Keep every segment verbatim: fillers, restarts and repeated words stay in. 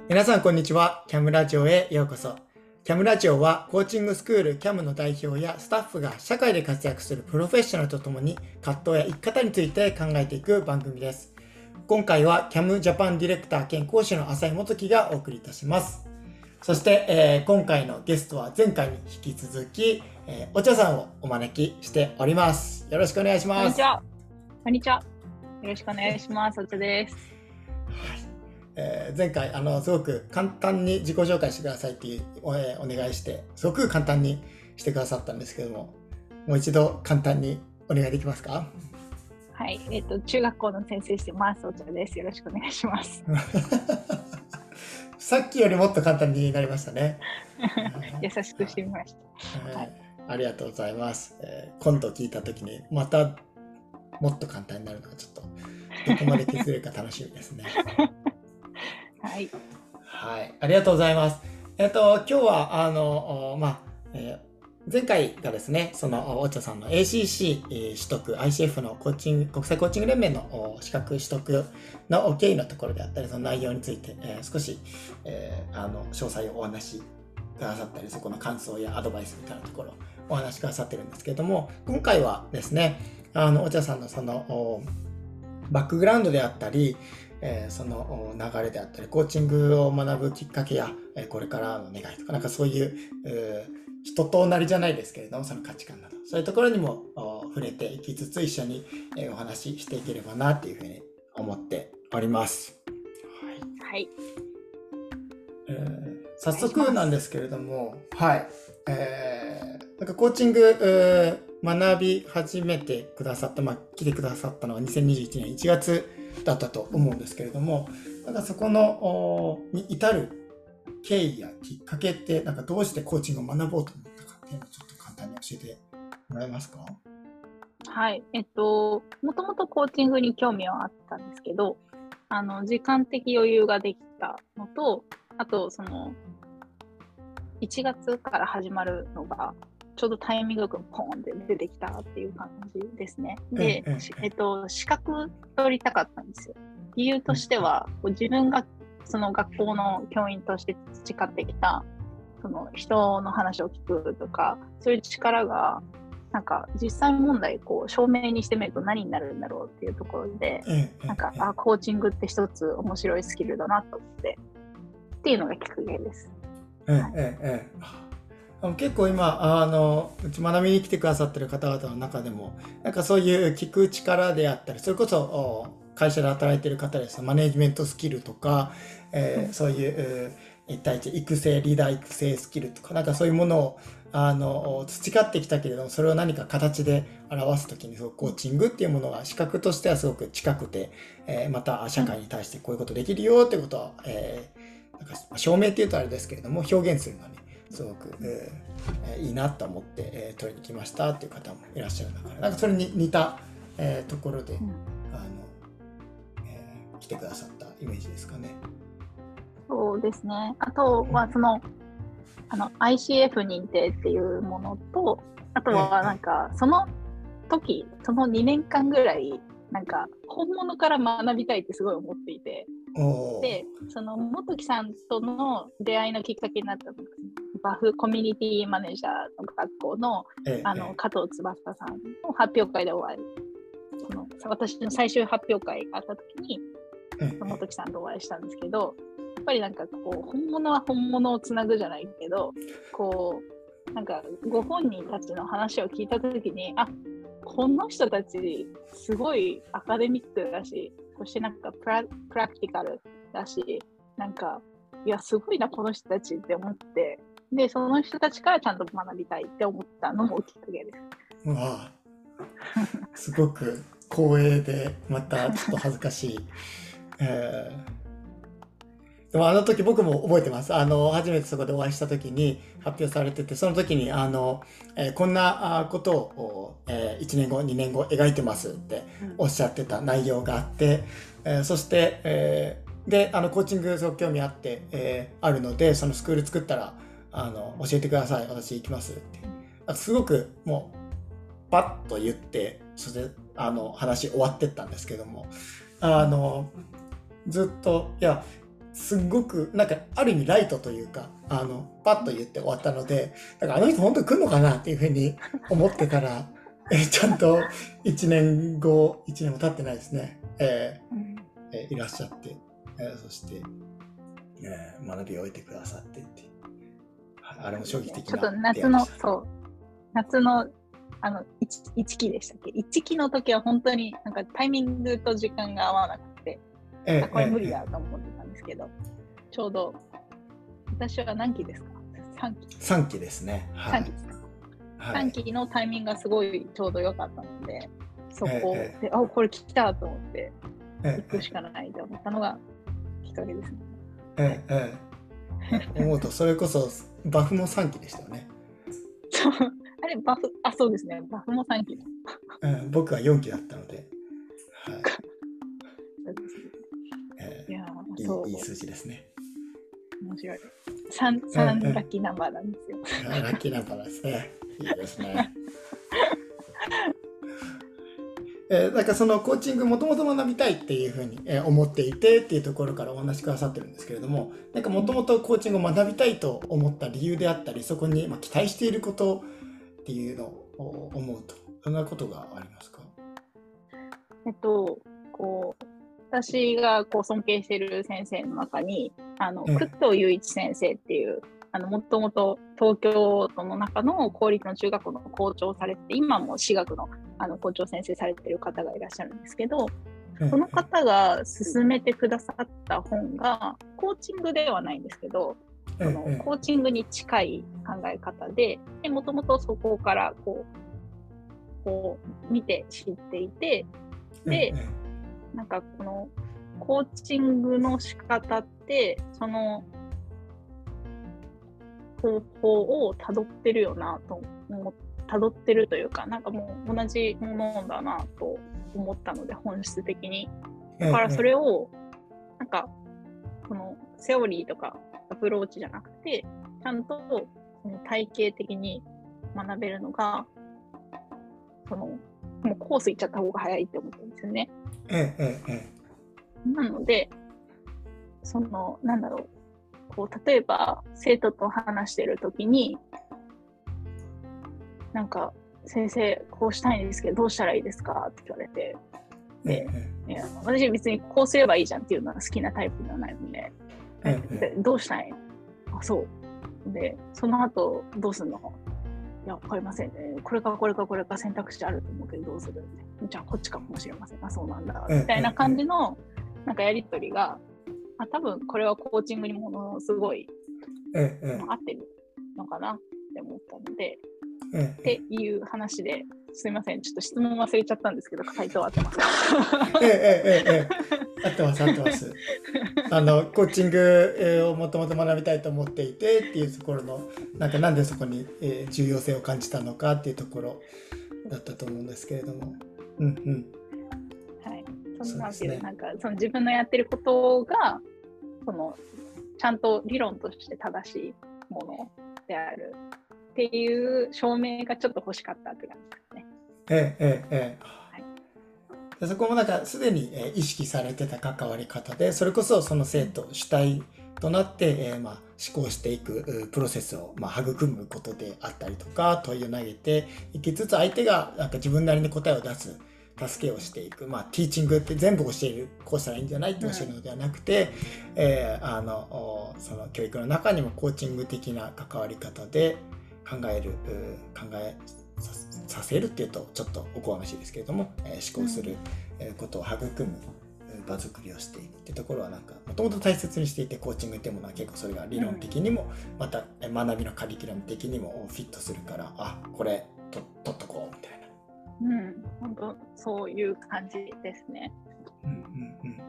皆さんこんにちは。キャムラジオへようこそ。キャムラジオはコーチングスクール キャム の代表やスタッフが社会で活躍するプロフェッショナルとともに葛藤や生き方について考えていく番組です。今回は キャム ジャパンディレクター兼講師の浅井元樹がお送りいたします。そして、えー、今回のゲストは前回に引き続き、えー、お茶さんをお招きしております。よろしくお願いします。 こんにちは。こんにちは。よろしくお願いします。お茶です。 はいえー、前回あのすごく簡単に自己紹介してくださいっていうお,、えー、お願いしてすごく簡単にしてくださったんですけども、もう一度簡単にお願いできますか？ はい、えっと中学校の先生してます。お茶です。よろしくお願いします。 さっきよりもっと簡単になりましたね。 優しくしてみました、 はいはい。ありがとうございます。えー、今度聞いたときにまたもっと簡単になるのがちょっとどこまで削れるか楽しみですね。 はい、 はい、ありがとうございます。えっと今日はあのまあ、えー、前回がですね、そのお茶さんの エーシーシー 取得 アイシーエフ のコーチング国際コーチング連盟の資格取得の経緯のところであったり、その内容について、えー、少し、えー、あの詳細をお話しくださったり、そこの感想やアドバイスみたいなところをお話しくださってるんですけれども、今回はですね、あのお茶さんのそのバックグラウンドであったり、えー、その流れであったり、コーチングを学ぶきっかけや、えー、これからの願いとか、なんかそういう、えー、人となりじゃないですけれども、その価値観など、そういうところにも触れていきつつ、一緒に、えー、お話ししていければなというふうに思っております。 はい。はいえー、早速なんですけれども、はい。えー、なんかコーチング、えー、学び始めてくださった、まあ、来てくださったのはにせんにじゅういちねんいちがつだったと思うんですけれども、なんかそこのに至る経緯やきっかけって、なんかどうしてコーチングを学ぼうと思ったかっていうのをちょっと簡単に教えてもらえますか？ はい、えっともともとコーチングに興味はあったんですけど、あの時間的余裕ができたのと、あとそのいちがつから始まるのがちょうどタイミングよくポーンって出てきたっていう感じですね。で、えええっと、資格取りたかったんですよ。理由としては、自分がその学校の教員として培ってきたその人の話を聞くとか、そういう力がなんか実際問題こう証明にしてみると何になるんだろうっていうところで、なんかあコーチングって一つ面白いスキルだなと思ってっていうのがきっかけです。 ええええ、結構今あのうち学びに来てくださってる方々の中でも、なんかそういう聞く力であったり、それこそ会社で働いてる方ですね、マネジメントスキルとか、えーうん、そういう一対一育成リーダー育成スキルとか、なんかそういうものをあの培ってきたけれども、それを何か形で表すときに、コーチングっていうものが資格としてはすごく近くて、えー、また社会に対してこういうことできるよってことは、えー、なんか証明っていうとあれですけれども、表現するのにすごく、えー、いいなと思って、えー、取りに来ましたっていう方もいらっしゃる中で、なんかそれに似た、えー、ところで、うん、あの、えー、来てくださったイメージですかね。 そうですね。あとはその、うん、あの アイシーエフ 認定っていうものと、あとはなんかその時、そのにねんかんぐらいなんか本物から学びたいってすごい思っていて、でその元木さんとの出会いのきっかけになったのがバフコミュニティマネージャーの学校 の, あの加藤翼さんの発表会でお会い、その私の最終発表会があった時に元木さんとお会いしたんですけど、やっぱりなんかこう本物は本物をつなぐじゃないけど、こうなんかご本人たちの話を聞いた時に、あ、この人たちすごいアカデミックだし、そしてなんかプラ、プラクティカルだし、なんかいやすごいなこの人たちって思って、でその人たちからちゃんと学びたいって思ったのもきっかけです。 うわすごく光栄でまたちょっと恥ずかしい、えー、でもあの時僕も覚えてます。あの初めてそこでお会いした時に発表されてて、その時にあの、えー、こんなことを、えー、いちねんごにねんご描いてますっておっしゃってた内容があって、えー、そして、えー、であのコーチングすごく興味あって、えー、あるので、そのスクール作ったらあの教えてください、私行きますって、すごくもうパッと言って、それであの話終わってったんですけども、あのずっといやすっごくなんかある意味ライトというか、あのパッと言って終わったので、だからあの人本当に来るのかなっていうふうに思ってたら、えちゃんといちねんご、いちねんも経ってないですね、えーうんえーいらっしゃって、えーそして、えー学びを終えてくださってって、はい、あれも衝撃的ちょっとな出会夏の、 いでした。 そう、夏の、あの、一一期でしたっけ？一期の時は本当になんかタイミングと時間が合わなくて、 えあ、これ無理ーえーえだと思ってたんですけど、ちょうど、私は何期ですか？ さん 期。 ー、さんきですね。はさんい。 期ですか？ はさんい。 期のタイミングがすごいちょうど良かったので、そこえーで、あ、これ来たと思って、 えー行くしかないと思ったのがきっかけですね。 えーえー思うとそれこそバフもさんきでしたよね。 そうあれ、バフ、あ、そうですね。バフもさん期だ。 うん、僕はよんきだったので、はい。 そうですね。 えいやー、 ーそう、 いい、いい数字ですね。 面白い。さん、 うんうさんラッん。 キーナンバーなんですよ。 あ、ラッキーナンバーですね。いいですね。えー、なんかそのコーチングもともと学びたいっていうふうにえー思っていてっていうところからお話しくださってるんですけれども、なんかもともとコーチングを学びたいと思った理由であったり、そこにまあ期待していることっていうのを思うと、どんなことがありますか？ えっと、こう、私がこう尊敬している先生の中に、あの、工え藤雄一先生っていう、あの、もともと東京都の中の公立の中学校の校長をされて、今も私学のあの校長先生されている方がいらっしゃるんですけど、 えその方が勧めてくださった本が、コーチングではないんですけど、 えそのえコーチングに近い考え方で、もともとそこからこう、こう見て知っていて、 えで、 えなんかこのコーチングの仕方って、その方法をたどってるよなと思って、たどってるというか、なんかもう同じものだなと思ったので、本質的に。だからそええれを、なんか、このセオリーとかアプローチじゃなくて、ちゃんとその体系的に学べるのが、その、もうコース行っちゃった方が早いって思ったんですよね。 ええええなので、その、なんだろう、こう、例えば生徒と話してるときに、なんか、先生、こうしたいんですけど、どうしたらいいですかって言われて、で、いや私別にこうすればいいじゃんっていうのは好きなタイプではないので、 ええでどうしたい？あ、そう。で、その後どうすんの？いや、わかりませんね。これかこれかこれか選択肢あると思うけどどうする？じゃあこっちかもしれません。あ、そうなんだ。 ええみたいな感じのなんかやりとりが、あ、多分これはコーチングにものすごい、 ええ合ってるのかなって思ったので、 ええっていう話で、すいません、ちょっと質問忘れちゃったんですけど、回答合ってますか？ ええええええ合ってます合ってます。あのコーチングをもともと学びたいと思っていてっていうところのなんかなんでそこに、えー重要性を感じたのかっていうところだったと思うんですけれども、うんうん、 はい、そそのなんていう、 うですね。 なんかその自分のやってることがそのちゃんと理論として正しいものであるっていう証明がちょっと欲しかったって感じですね。 ええええええはい、 でそこもなんかすでにえー意識されてた関わり方で、それこそその生徒主体となって、えーまあ、思考していくうプロセスを、まあ、育むことであったりとか、問いを投げていきつつ相手がなんか自分なりに答えを出す助けをしていく、まあ、ティーチングって全部教える、こうしたらいいんじゃないって教えるのではなくて、えーあのおその教育の中にもコーチング的な関わり方で考える、う考えささせるっていうとちょっとおこがましいですけれども、えー思考するえーことを育むえー場作りをしていくってところはなんかもともと大切にしていて、コーチングっていうものは結構それが理論的にもまたえー学びのカリキュラム的にもフィットするから、あ、これと取っとこうみたいな。 うん、本当そういう感じですね。 うんうんうん、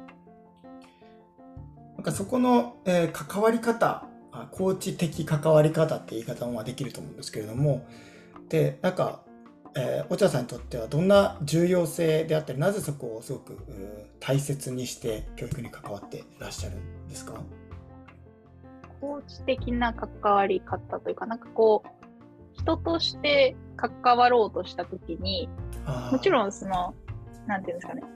なんかそこの、えー関わり方、あコーチ的関わり方って言い方もまあできると思うんですけれども、でなんか、えー、落合さんにとってはどんな重要性であったり、なぜそこをすごくうー大切にして教育に関わっていらっしゃるんですか？ コーチ的な関わり方というか、なんかこう人として関わろうとしたときに、 あもちろんそのなんていうんですかね、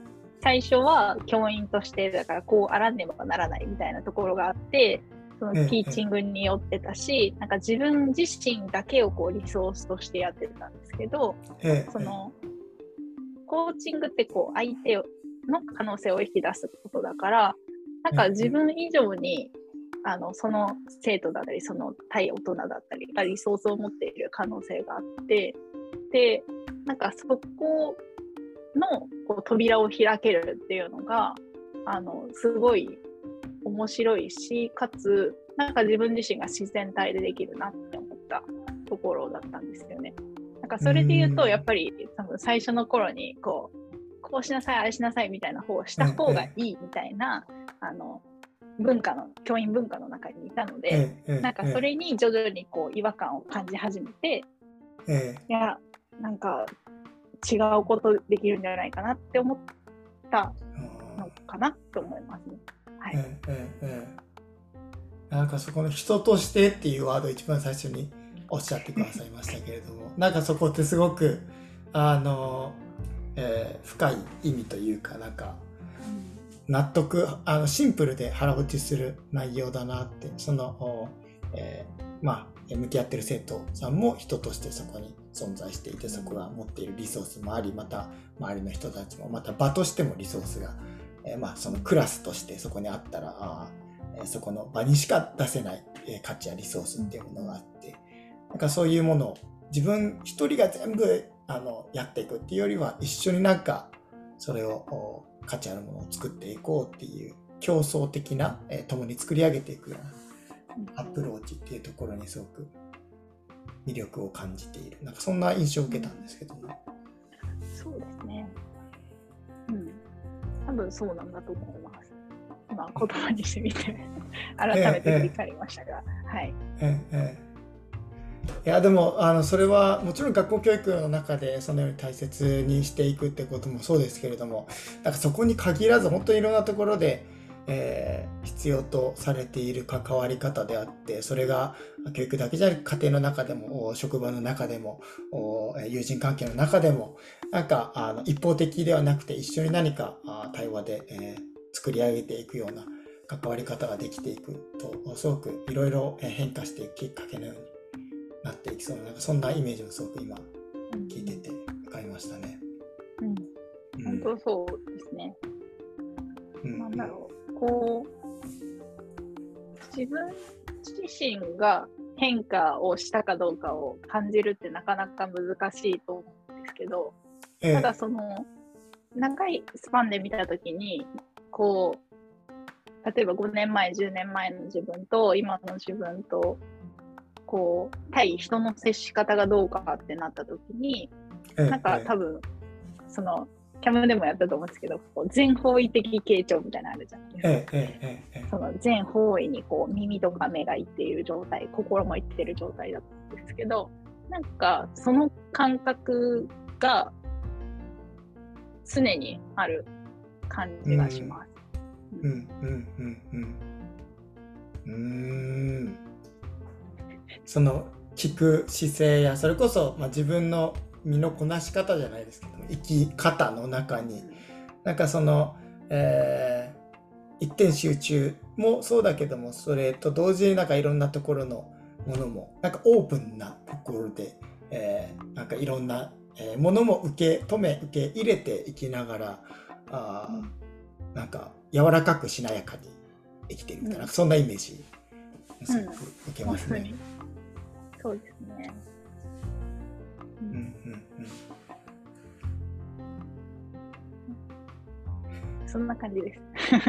最初は教員としてだからこうあらねばならないみたいなところがあって、そのティーチングによってたし、なんか自分自身だけをこうリソースとしてやってたんですけど、そのコーチングってこう相手の可能性を引き出すことだから、なんか自分以上にあのその生徒だったりその対大人だったりがリソースを持っている可能性があって、でなんかそこのこう扉を開けるっていうのがあのすごい面白いし、かつなんか自分自身が自然体でできるなって思ったところだったんですよね。なんかそれで言うとやっぱり多分最初の頃にこうこうしなさいあれしなさいみたいな方をした方がいいみたいな、あの文化の教員文化の中にいたので、なんかそれに徐々にこう違和感を感じ始めて、いやなんか違うことできるんじゃないかなって思ったのかなと思いますね。はい。ええええ、なんかそこの人としてっていうワードを一番最初におっしゃってくださいましたけれどもなんかそこってすごくあの、えー、深い意味というか、なんか納得、あのシンプルで腹落ちする内容だなって、その、えー、まあ向き合ってる生徒さんも人としてそこに存在していて、そこが持っているリソースもあり、また周りの人たちもまた場としてもリソースが、えー、まあそのクラスとしてそこにあったら、あ、えー、そこの場にしか出せない、えー、価値やリソースっていうものがあって、なんかそういうものを自分一人が全部あのやっていくっていうよりは、一緒になんかそれを価値あるものを作っていこうっていう競争的な、えー、共に作り上げていくようなアプローチっていうところにすごく魅力を感じている、なんかそんな印象を受けたんですけども。 そうですね。うん。多分そうなんだと思います。今言葉にしてみて改めて振り返りましたが、えー、はい。えーえーいやでもあのそれはもちろん学校教育の中でそのように大切にしていくってこともそうですけれども、なんかそこに限らず本当にいろんなところで、えー、必要とされている関わり方であって、それが教育だけじゃなく家庭の中でも職場の中でも友人関係の中でも、なんかあの一方的ではなくて一緒に何か対話で、えー、作り上げていくような関わり方ができていくと、すごくいろいろ変化していくきっかけのようになっていきそうな、なんかそんなイメージをすごく今聞いてて伺いましたね。 うん、うん、本当そうですね。うん、なんだろう、こう自分自身が変化をしたかどうかを感じるってなかなか難しいと思うんですけど、ええ、ただその長いスパンで見たときにこう例えばごねんまえじゅうねんまえの自分と今の自分とこう対人の接し方がどうかってなった時に、なんか多分そのキャムでもやったと思うんですけど、こう全方位的傾聴みたいなのあるじゃないですか。その全方位にこう耳とか目がいっている状態、心もいっている状態だったんですけど、なんかその感覚が常にある感じがします。 うんうんうんうんうん。うーん。その聞く姿勢や、それこそ、まあ、自分の身のこなし方じゃないですけど生き方の中になんかその、えー、一点集中もそうだけども、それと同時になんかいろんなところのものもなんかオープンなところで、えー、なんかいろんなものも受け止め受け入れていきながら、あ、なんか柔らかくしなやかに生きているみたいな、うん、そんなイメージすごく受けますね。うん、 そうですね。うんうんうん。そんな感じです。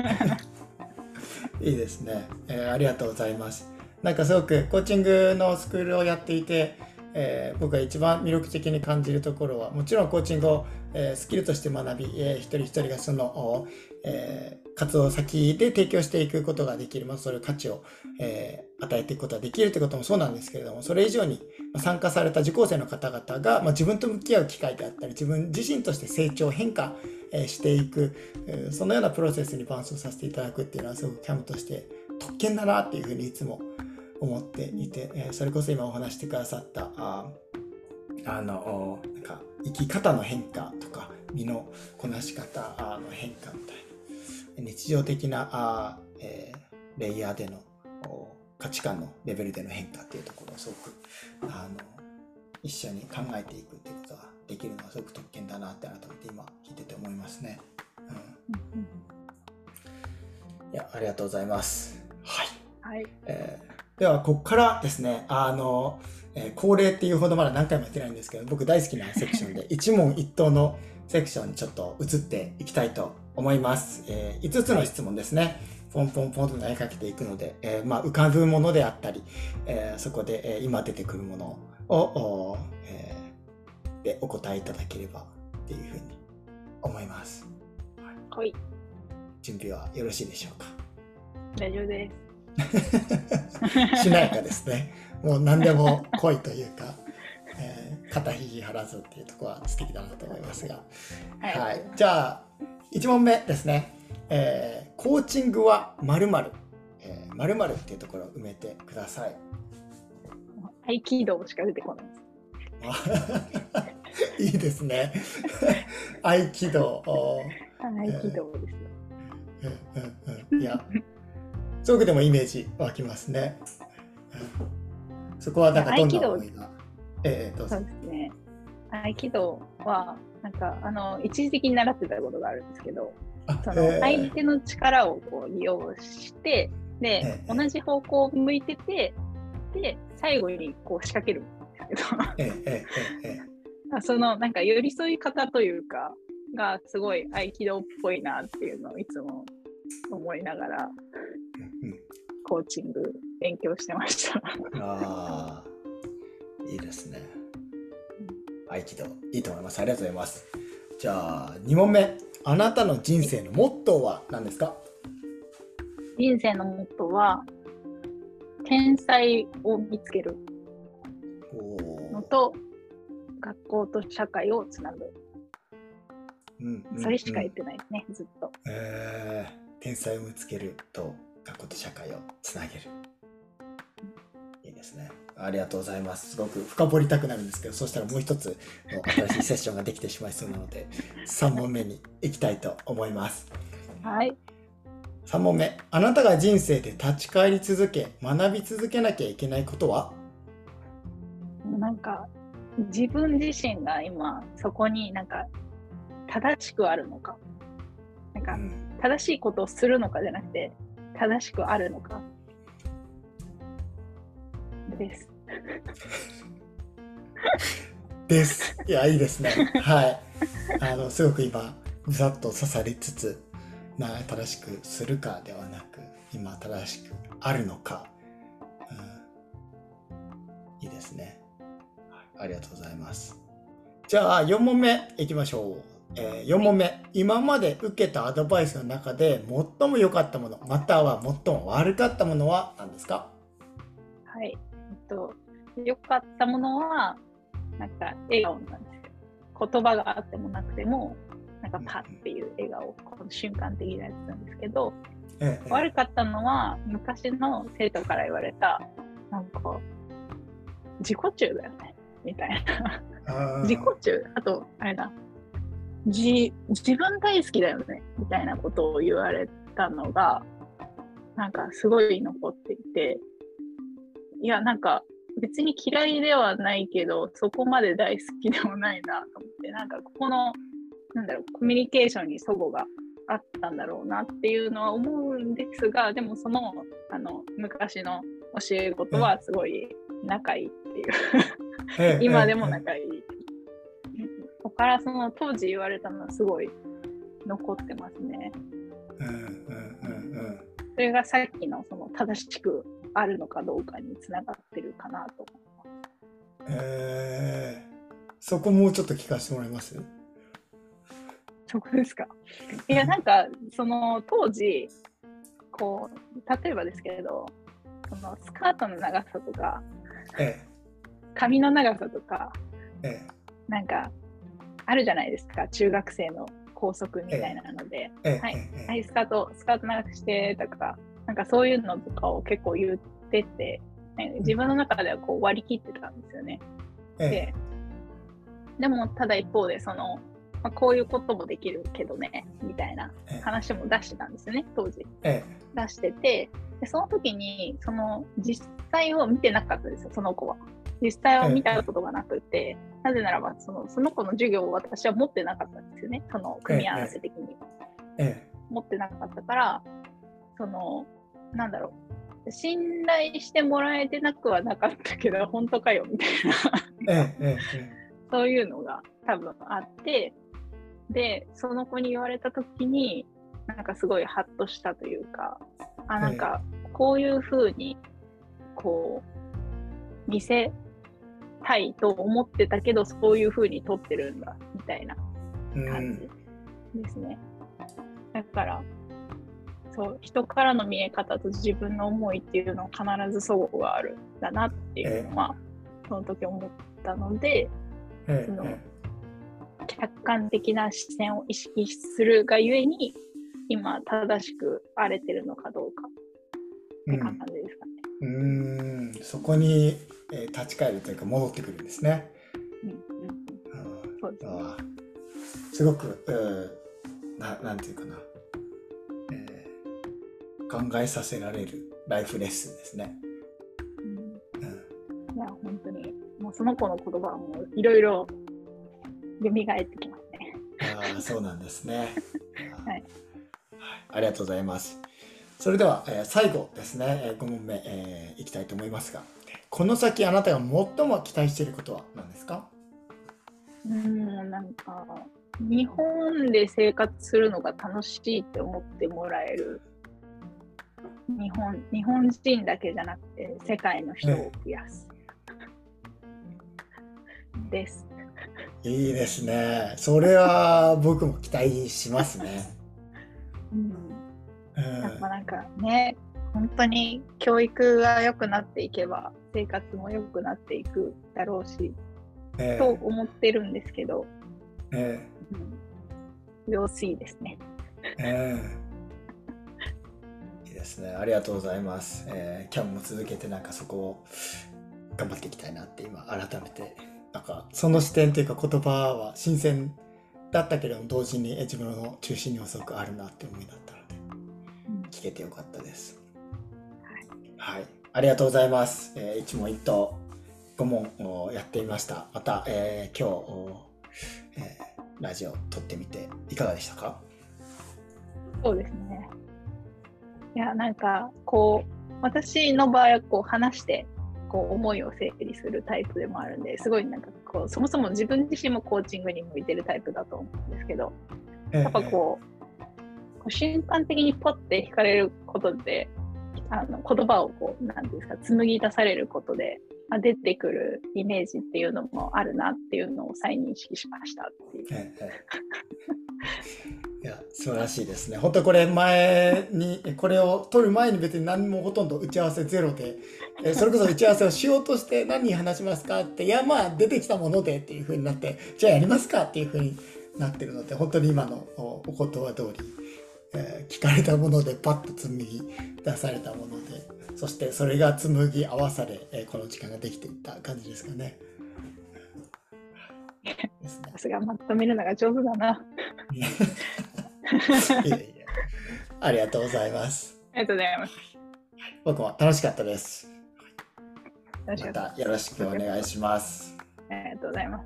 いいですね、えー。ありがとうございます。なんかすごくコーチングのスクールをやっていて、えー、僕が一番魅力的に感じるところは、もちろんコーチングを、えー、スキルとして学び、えー、一人一人がその、えー、活動先で提供していくことができる、まあ、それを価値を、えー、与えていくことができるということもそうなんですけれども、それ以上に参加された受講生の方々が、まあ、自分と向き合う機会であったり、自分自身として成長変化していく、そのようなプロセスに伴走させていただくっていうのはすごくキャムとして特権だなっていうふうにいつも思っていて、それこそ今お話してくださったああのなんか生き方の変化とか身のこなし方あの変化みたいな、日常的なあ、えー、レイヤーでの価値観のレベルでの変化っていうところをすごくあの一緒に考えていくっていうことができるのはすごく特権だなって改めて今聞いてて思いますね。うん、いや、ありがとうございます。はい。 はい。 えー、ではここからですね、あの、えー、恒例っていうほどまだ何回もやってないんですけど、僕大好きなセクションで一問一答のセクションにちょっと移っていきたいと思います。えー、いつつの質問ですね。ポンポンポンと投げかけていくので、えーまあ、浮かぶものであったり、えー、そこで、えー、今出てくるものを、えー、でお答えいただければっていうふうに思います。 はい。 準備はよろしいでしょうか？ 大丈夫です。 しなやかですね。もう何でも来いというか、えー、肩肘張らずっていうところは素敵だなと思いますが、はい、はい、じゃあいち問目ですね。えー、コーチングは〇〇、えー、〇〇っていうところを埋めてください。 合気道しか出てこないです。いいですね。合気道。 合気道ですよ。 えーうんうんうん、いや、すごくでもイメージ湧きますね。うん、そこはなんかどんな思いが。 えー、どうぞ。そうですね。合気道はなんかあの一時的に習ってたことがあるんですけど。その相手の力をこう利用して、で、同じ方向を向いてて、で、最後にこう仕掛けるんですけど、そのなんか寄り添い方というか、がすごい合気道っぽいなっていうのをいつも思いながら、コーチング勉強してました。 ああ、いいですね。合気道、いいと思います。ありがとうございます。じゃあ、に問目。あなたの人生のモットーは何ですか？ 人生のモットーは、天才を見つけるのと、学校と社会をつなぐ。うんうんうん、それしか言ってないですね、ずっと。 えー、天才を見つけると、学校と社会をつなげる。いいですね。ありがとうございます。すごく深掘りたくなるんですけど、そうしたらもう一つの新しいセッションができてしまいそうなので、さん問目に行きたいと思います。 はい。 さん問目。あなたが人生で立ち返り続け、学び続けなきゃいけないことは？ なんか、自分自身が今、そこになんか、正しくあるのか。なんか、正しいことをするのかじゃなくて、正しくあるのか。です。 です。いや、いいですね。はい。あの、すごく今、ぐさっと刺さりつつ、な、正しくするかではなく、今、正しくあるのか。うん、いいですね。ありがとうございます。じゃあ、よん問目いきましょう。えー、よん問目。今まで受けたアドバイスの中で、最も良かったもの、または最も悪かったものは何ですか？ はい。えっと、良かったものは、なんか笑顔なんですよ。言葉があってもなくても、なんかパッっていう笑顔、この瞬間的なやつなんですけど、ええ、悪かったのは、昔の生徒から言われた、なんか、自己中だよね、みたいな。自己中あと、あれだ、自、自分大好きだよね、みたいなことを言われたのが、なんかすごい残っていて、いや、なんか別に嫌いではないけど、そこまで大好きでもないなと思って、なんかここの、なんだろう、コミュニケーションに齟齬があったんだろうなっていうのは思うんですが、でもその、あの、昔の教え子とはすごい仲いいっていう。今でも仲いい。そこからその当時言われたのはすごい残ってますね。うんうんうんうん。それがさっきのその正しくあるのかどうかにつながってるかなと思います。 えー、そこもうちょっと聞かせてもらえます？ そこですか。いや、なんかその当時こう例えばですけれど、そのスカートの長さとか、ええ、髪の長さとか、ええ、なんかあるじゃないですか、中学生の校則みたいなので、ええ、はい、ええ、はい、スカートスカート長くしてとか、なんかそういうのとかを結構言ってて、ね、自分の中ではこう割り切ってたんですよね。ええ、で、でもただ一方でそのまあ、こういうこともできるけどねみたいな話も出してたんですよね、当時。 ええ、出してて、でその時にその実際を見てなかったですよ、その子は。実際を見たことがなくて、なぜならばそのその子の授業を私は持ってなかったんですよね、その組み合わせ的に。 ええ、 持ってなかったから、そのなんだろう、信頼してもらえてなくはなかったけど本当かよみたいな、 ええ、ええ、 そういうのが多分あって、でその子に言われた時になんかすごいハッとしたというか、あ、なんかこういう風にこう見せたいと思ってたけどそういう風に撮ってるんだみたいな感じですね。だからそう人からの見え方と自分の思いっていうのは必ず相互があるんだなっていうのは、えー、その時思ったので、えー、その、えー、客観的な視線を意識するがゆえに今正しく荒れてるのかどうかって感じですかね。 うん、うーん、そこに、えー、立ち返るというか戻ってくるんですね。うんうんうん、そうですね。すごく、えー、な、なんていうかな、えー、考えさせられるライフレッスンですね。 うんうん、いや本当にもうその子の言葉はもういろいろ蘇ってきますね。 ああ、そうなんですね。 はい、 ありがとうございます。それでは、えー、最後ですね、えー、ご問目、えー、いきたいと思いますが、この先あなたが最も期待していることは何ですか？ うーん、なんか日本で生活するのが楽しいって思ってもらえる日本、日本人だけじゃなくて世界の人を増やす、うん、です。 いいですね。それは僕も期待しますね。 うん、やっぱなんかね、本当に教育が良くなっていけば生活も良くなっていくだろうし、えー、と思ってるんですけど、えーうん、要請ですね。 えー、いいですね。ありがとうございます。えー、キャンも続けてなんかそこを頑張っていきたいなって今改めてなんかその視点というか言葉は新鮮だったけれども同時に自分の中心にもすごくあるなって思いだったので、うん、聞けてよかったです。はい、はい、ありがとうございます。えー、一問一答ご問をやってみました。また、えー、今日、えー、ラジオ撮ってみていかがでしたか？ そうですね。いやなんかこう私の場合はこう話してこう思いを整理するタイプでもあるんで、すごいなんかこうそもそも自分自身もコーチングに向いてるタイプだと思うんですけど、やっぱこう、こう瞬間的にポッて惹かれることで、あの言葉をこうなんていうんですか紡ぎ出されることで出てくるイメージっていうのもあるなっていうのを再認識しましたっていう。ええ、 いや素晴らしいですね。本当これ前にこれを撮る前に別に何もほとんど打ち合わせゼロで、えそれこそ打ち合わせをしようとして何話しますかっていやまあ出てきたものでっていう風になってじゃあやりますかっていう風になってるので本当に今のお言葉通り、えー、聞かれたものでパッと紡ぎ出されたものでそしてそれが紡ぎ合わされ、えー、この時間ができていった感じですかね。 さすがまとめるのが上手だな。 いやいやありがとうございます。 ありがとうございます。 僕も楽しかったです。 楽しかった。 またよろしくお願いします。 ありがとうございます。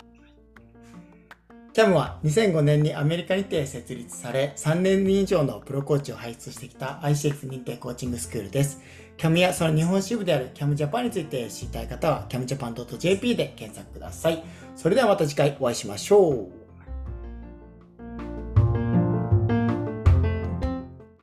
キャムはにせんごねんにアメリカにて設立され、さんねん以上のプロコーチを輩出してきた アイシーエフ 認定コーチングスクールです。キャムやその日本支部であるキャムジャパンについて知りたい方は キャムジャパンドットジェーピー で検索ください。それではまた次回お会いしましょう。